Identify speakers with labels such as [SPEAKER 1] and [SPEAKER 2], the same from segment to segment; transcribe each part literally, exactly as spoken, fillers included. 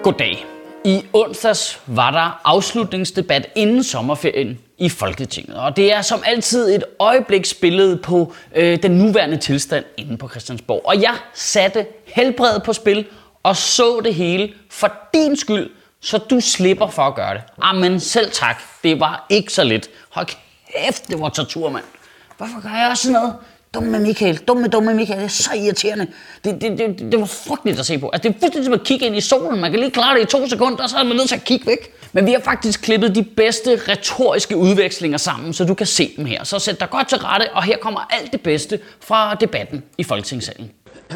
[SPEAKER 1] Goddag. I onsdags var der afslutningsdebat inden sommerferien i Folketinget, og det er som altid et øjebliksbillede på øh, den nuværende tilstand inde på Christiansborg. Og jeg satte helbredet på spil og så det hele for din skyld, så du slipper for at gøre det. Amen, selv tak. Det var ikke så let. Hold kæft, det var tortur, mand. Hvorfor gør jeg også sådan noget? Dumme Michael, dumme, dumme Michael, det er så irriterende. Det, det, det, det var frygteligt at se på. Altså, det er fuldstændig som at kigge ind i solen. Man kan lige klare det i to sekunder, og så er man nødt til at kigge væk. Men vi har faktisk klippet de bedste retoriske udvekslinger sammen, så du kan se dem her. Så sæt dig godt til rette, og her kommer alt det bedste fra debatten i Folketingssalen.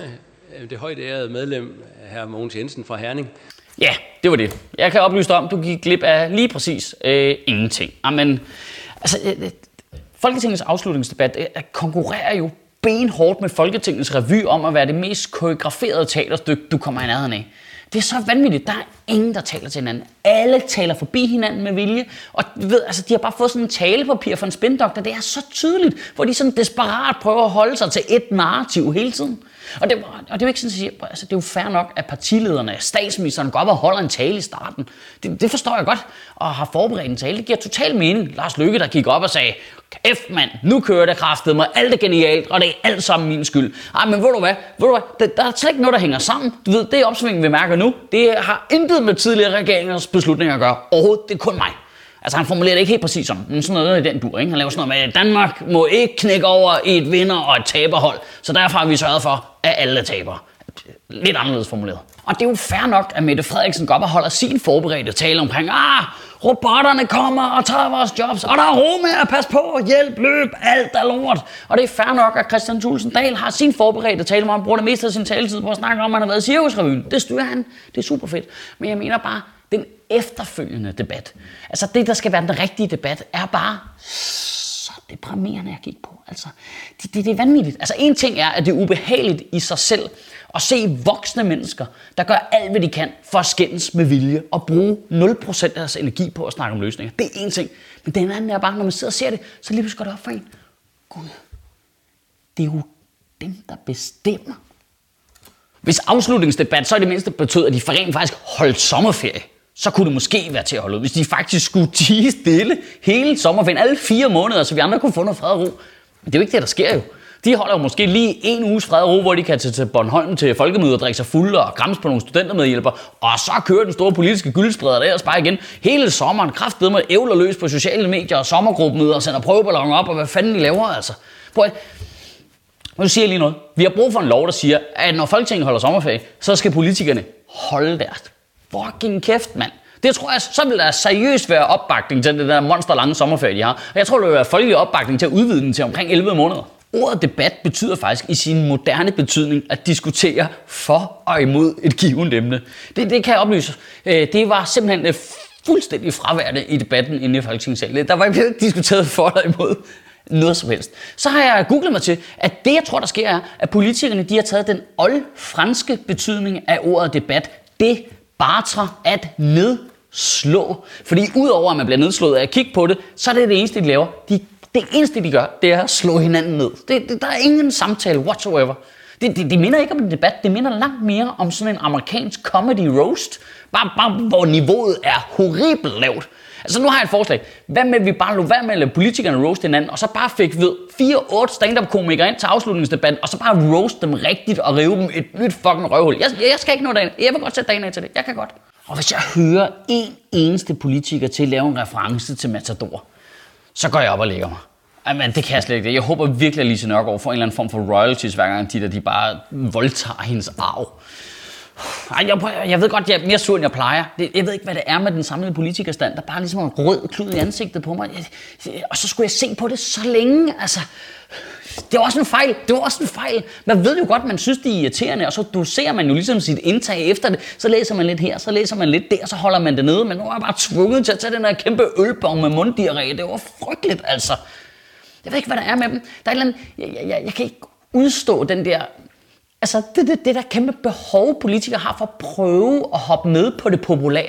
[SPEAKER 2] Det højt ærede medlem, hr. Mogens Jensen fra Herning.
[SPEAKER 1] Ja, det var det. Jeg kan oplyse dig om, du gik glip af lige præcis øh, ingenting. Amen, altså... Øh, Folketingets afslutningsdebat øh, konkurrerer jo benhårdt med Folketingets revy om at være det mest koreograferede teaterstykke, du kommer i nærheden af. Det er så vanvittigt. Der er ingen, der taler til hinanden. Alle taler forbi hinanden med vilje. Og du ved, altså, de har bare fået sådan en talepapir fra en spindoktor. Det er så tydeligt, hvor de sådan desperat prøver at holde sig til et narrativ hele tiden. Og det, og det er jo ikke sådan, at sige, altså, det er jo fair nok, at partilederne, statsministeren går op og holder en tale i starten. Det, det forstår jeg godt, og har forberedt en tale. Det giver total mening. Lars Løkke, der gik op og sagde, kæft mand, nu kører det kraftedeme, alt er genialt, og det er alt sammen min skyld. Ej, men ved du hvad, ved du hvad? Der, der er slet ikke noget, der hænger sammen. Du ved, det opsving, vi mærker nu, det har intet med tidligere regeringers beslutninger at gøre. Overhovedet, det er kun mig. Altså, han formulerer det ikke helt præcis som, men sådan noget i den dur, ikke? Han laver sådan noget med, at Danmark må ikke knække over i et vinder- og et taberhold, så derfor har vi sørget for, at alle taber. Lidt anderledes formuleret. Og det er jo fair nok, at Mette Frederiksen går op og holder sin forberedte tale omkring, ah, robotterne kommer og tager vores jobs, og der er ro med at passe på, hjælp, løb, alt er lort. Og det er fair nok, at Kristian Thulesen Dahl har sin forberedte tale, hvor han bruger det meste af sin taletid på at snakke om, at han har været i Cirkusrevyen. Det styrer han. Det er super fedt. Men jeg mener bare, den efterfølgende debat, altså det, der skal være den rigtige debat, er bare så deprimerende at kigge på. Altså, det, det, det er vanvittigt. Altså, en ting er, at det er ubehageligt i sig selv at se voksne mennesker, der gør alt, hvad de kan for at skændes med vilje og bruge nul procent af deres energi på at snakke om løsninger. Det er en ting. Men den anden er bare, når man sidder og ser det, så lige pludselig går det op for en. Gud, det er jo dem, der bestemmer. Hvis afslutningsdebat, så er det mindste betød, at de for rent faktisk holdt sommerferie. Så kunne det måske være til at holde ud. Hvis de faktisk skulle tie stille hele sommerferien, alle fire måneder, så vi andre kunne få noget fred og ro. Men det er jo ikke det, der sker jo. De holder jo måske lige en uges fred og ro, hvor de kan tage til Bornholm til folkemødet og drikke sig fulde og græmse på nogle studentermedhjælper. Og så kører den store politiske gyldspreder der og bare igen hele sommeren. Kraftedeme ævler løs på sociale medier og sommergruppemøder og sender prøveballoner op og hvad fanden de laver altså. Prøv at... Nu siger jeg lige noget. Vi har brug for en lov, der siger, at når Folketinget holder sommerferie, så skal politikerne holde deres fucking kæft, mand. Det tror jeg, så vil der seriøst være opbakning til det der monsterlange sommerferie, de har. Og jeg tror, der vil være folkelig opbakning til at udvide den til omkring elleve måneder. Ordet debat betyder faktisk i sin moderne betydning at diskutere for og imod et givet emne. Det, det kan jeg oplyse. Det var simpelthen fuldstændig fraværende i debatten inde i Folketingssalen. Der var ikke diskuteret for og imod noget som helst. Så har jeg googlet mig til, at det, jeg tror, der sker, er, at politikerne de har taget den oldfranske betydning af ordet debat. Det bartre at nedslå. Fordi udover at man bliver nedslået af at kigge på det, så er det det eneste, de laver. De, det eneste, de gør, det er at slå hinanden ned. Det, det, der er ingen samtale whatsoever. Det, det, det minder ikke om en debat, det minder langt mere om sådan en amerikansk comedy roast. Bare, bare hvor niveauet er horribelt lavt. Altså nu har jeg et forslag. Hvad med, at vi bare lå være med at lade politikerne roast hinanden, og så bare fik ved fire otte stand-up-komikere ind til afslutningsdebatten, og så bare roast dem rigtigt og rive dem et nyt fucking røvhul. Jeg, jeg skal ikke nå dagen. Jeg vil godt sætte dagen af til det. Jeg kan godt. Og hvis jeg hører en eneste politiker til at lave en reference til Matador, så går jeg op og lægger mig. Jamen, det kan jeg slet ikke. Jeg håber virkelig, at Lise Nørgaard får en eller anden form for royalties, hver gang de der, de bare voldtager hendes arv. Ej, jeg, jeg ved godt, jeg er mere sur, end jeg plejer. Det, jeg ved ikke, hvad det er med den samlede politikerstand, der bare ligesom en rød klud i ansigtet på mig. Jeg, jeg, og så skulle jeg se på det så længe. Altså, det var også en fejl. Det var også en fejl. Man ved jo godt, man synes, det er irriterende, og så doserer man jo ligesom sit indtag efter det. Så læser man lidt her, så læser man lidt der, så holder man det nede. Men nu er jeg bare tvunget til at tage den der kæmpe ølbong med munddiarré. Det var frygteligt, altså. Jeg ved ikke, hvad der er med dem. Der er et eller andet, jeg, jeg, jeg, jeg kan ikke udstå den der... Altså, det, det, det der kæmpe behov, politikere har for at prøve at hoppe med på det populære.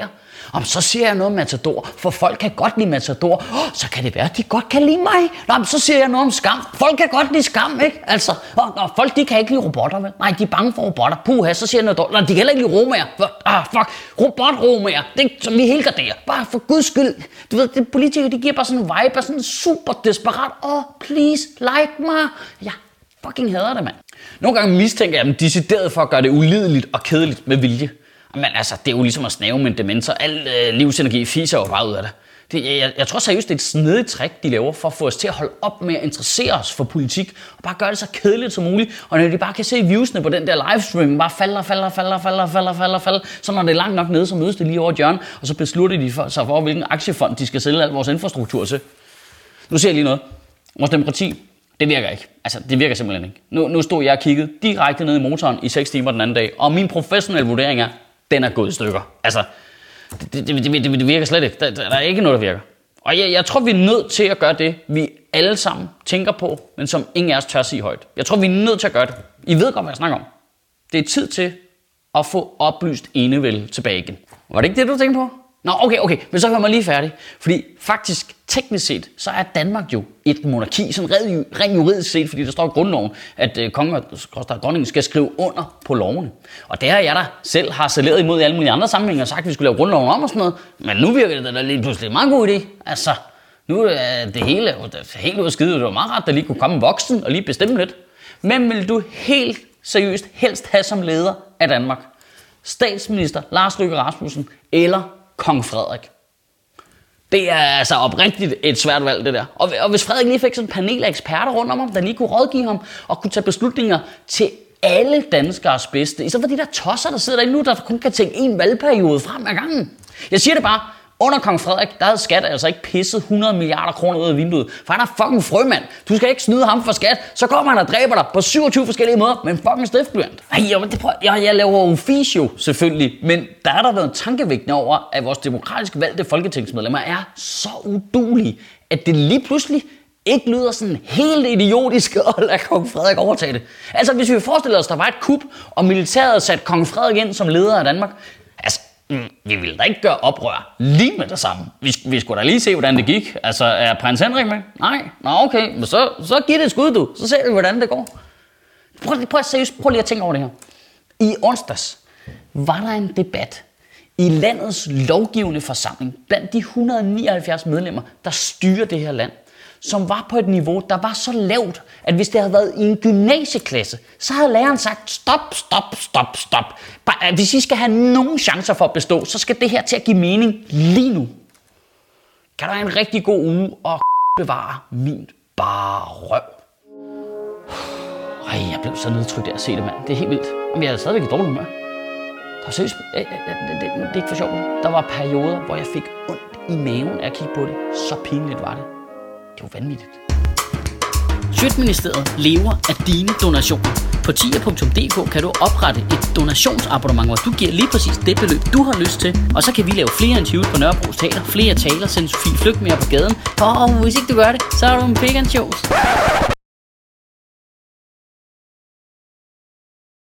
[SPEAKER 1] Om så siger jeg noget om Matador, for folk kan godt lide Matador. Oh, så kan det være, at de godt kan lide mig. Nå, men så siger jeg noget om Skam. Folk kan godt lide Skam, ikke? Altså, og, og folk, de kan ikke lide robotter, vel? Nej, de er bange for robotter. Puha, så siger jeg noget dårligt. Nå, de kan heller ikke lide romager. Ah, fuck. Robot-romager. Det som vi helt garderer. Bare for guds skyld. Du ved, det politikere, de giver bare sådan en vibe, sådan super desperat. Oh, please, like mig. Ja, fucking hader det, mand. Nogle gange mistænker jeg dem decideret for at gøre det ulideligt og kedeligt med vilje. Men altså, det er jo ligesom at snave med en demens, og al øh, livsenergi fiser jo bare ud af det. det jeg, jeg tror seriøst, det er et snedigt trick, de laver for at få os til at holde op med at interessere os for politik, og bare gøre det så kedeligt som muligt. Og når de bare kan se viewsene på den der livestream, bare falder, falder, falder, falder, falder, falder, falder, så når det er langt nok nede, så mødes det lige over et hjørne, og så beslutter de for, sig for, hvilken aktiefond de skal sælge al vores infrastruktur til. Nu ser jeg lige noget. Vores demokrati, det virker ikke. Altså, det virker simpelthen ikke. Nu, nu stod jeg og kiggede direkte ned i motoren i seks timer den anden dag, og min professionelle vurdering er, den er gået i stykker. Altså, det, det, det, det, det virker slet ikke. Der, der er ikke noget, der virker. Og jeg, jeg tror, vi er nødt til at gøre det, vi alle sammen tænker på, men som ingen af os tør sige højt. Jeg tror, vi er nødt til at gøre det. I ved godt, hvad jeg snakker om. Det er tid til at få oplyst enevælde tilbage igen. Var det ikke det, du tænkte på? Nå, okay, okay, men så hører man lige færdig. Fordi faktisk, teknisk set, så er Danmark jo et monarki, sådan rent juridisk set, fordi der står i grundloven, at øh, kongen og dronningen skal skrive under på lovene. Og det har jeg da selv har saleret imod i alle mulige andre sammenhænge og sagt, at vi skulle lave grundloven om og sådan noget. Men nu virker det da lige pludselig en meget god idé. Altså, nu er det hele helt ud af skide. Det var meget rart, at der lige kunne komme en voksen og lige bestemme lidt. Men vil du helt seriøst helst have som leder af Danmark? Statsminister Lars Løkke Rasmussen eller Kong Frederik? Det er altså oprigtigt et svært valg, det der. Og, og hvis Frederik lige fik sådan et panel af eksperter rundt om ham, der lige kunne rådgive ham og kunne tage beslutninger til alle danskers bedste, i stedet for de der tosser, der sidder derinde nu, der kun kan tænke en valgperiode frem ad gangen. Jeg siger det bare, under Kong Frederik, der havde skat altså ikke pisset hundrede milliarder kroner ud af vinduet, for han er fucking frømand. Du skal ikke snyde ham for skat, så kommer han og dræber dig på syvogtyve forskellige måder med en fucking stiftblyant. Ej, jeg, det prøver, jeg, jeg laver officio selvfølgelig, men der er der været tankevækkende over, at vores demokratisk valgte folketingsmedlemmer er så uduelige, at det lige pludselig ikke lyder sådan helt idiotisk at lade Kong Frederik overtage det. Altså, hvis vi forestiller os, der var et kup, og militæret satte Kong Frederik ind som leder af Danmark, altså, Mm, vi ville da ikke gøre oprør lige med det samme. Vi, vi skulle da lige se, hvordan det gik. Altså, er prins Henrik med? Nej. Nå, okay. Men så, så giv det et skud, du. Så ser vi, hvordan det går. Prøv, prøv, seriøst, prøv lige at tænke over det her. I onsdags var der en debat i landets lovgivende forsamling blandt de et hundrede og nioghalvfjerds medlemmer, der styrer det her land, som var på et niveau, der var så lavt, at hvis det havde været i en gymnasieklasse, så havde læreren sagt, stop, stop, stop, stop. Hvis I skal have nogen chancer for at bestå, så skal det her til at give mening lige nu. Kan der have en rigtig god uge og bevare min bare røv. Ej, jeg blev så nedtrykt af at se det, mand. Det er helt vildt. Men jeg er stadigvæk i dårlig humør. Der var seriøst, det, det, det er ikke for sjovt. Der var perioder, hvor jeg fik ondt i maven af at kigge på det. Så pinligt var det. Det var vanvittigt. Sjøtministeriet lever af dine donationer. På tier punktum d k kan du oprette et donationsabonnement, hvor du giver lige præcis det beløb, du har lyst til. Og så kan vi lave flere interviews på Nørrebros Teater, flere taler, sende Sofie Flygt mere på gaden. Og hvis ikke du gør det, så er du en pig and shows.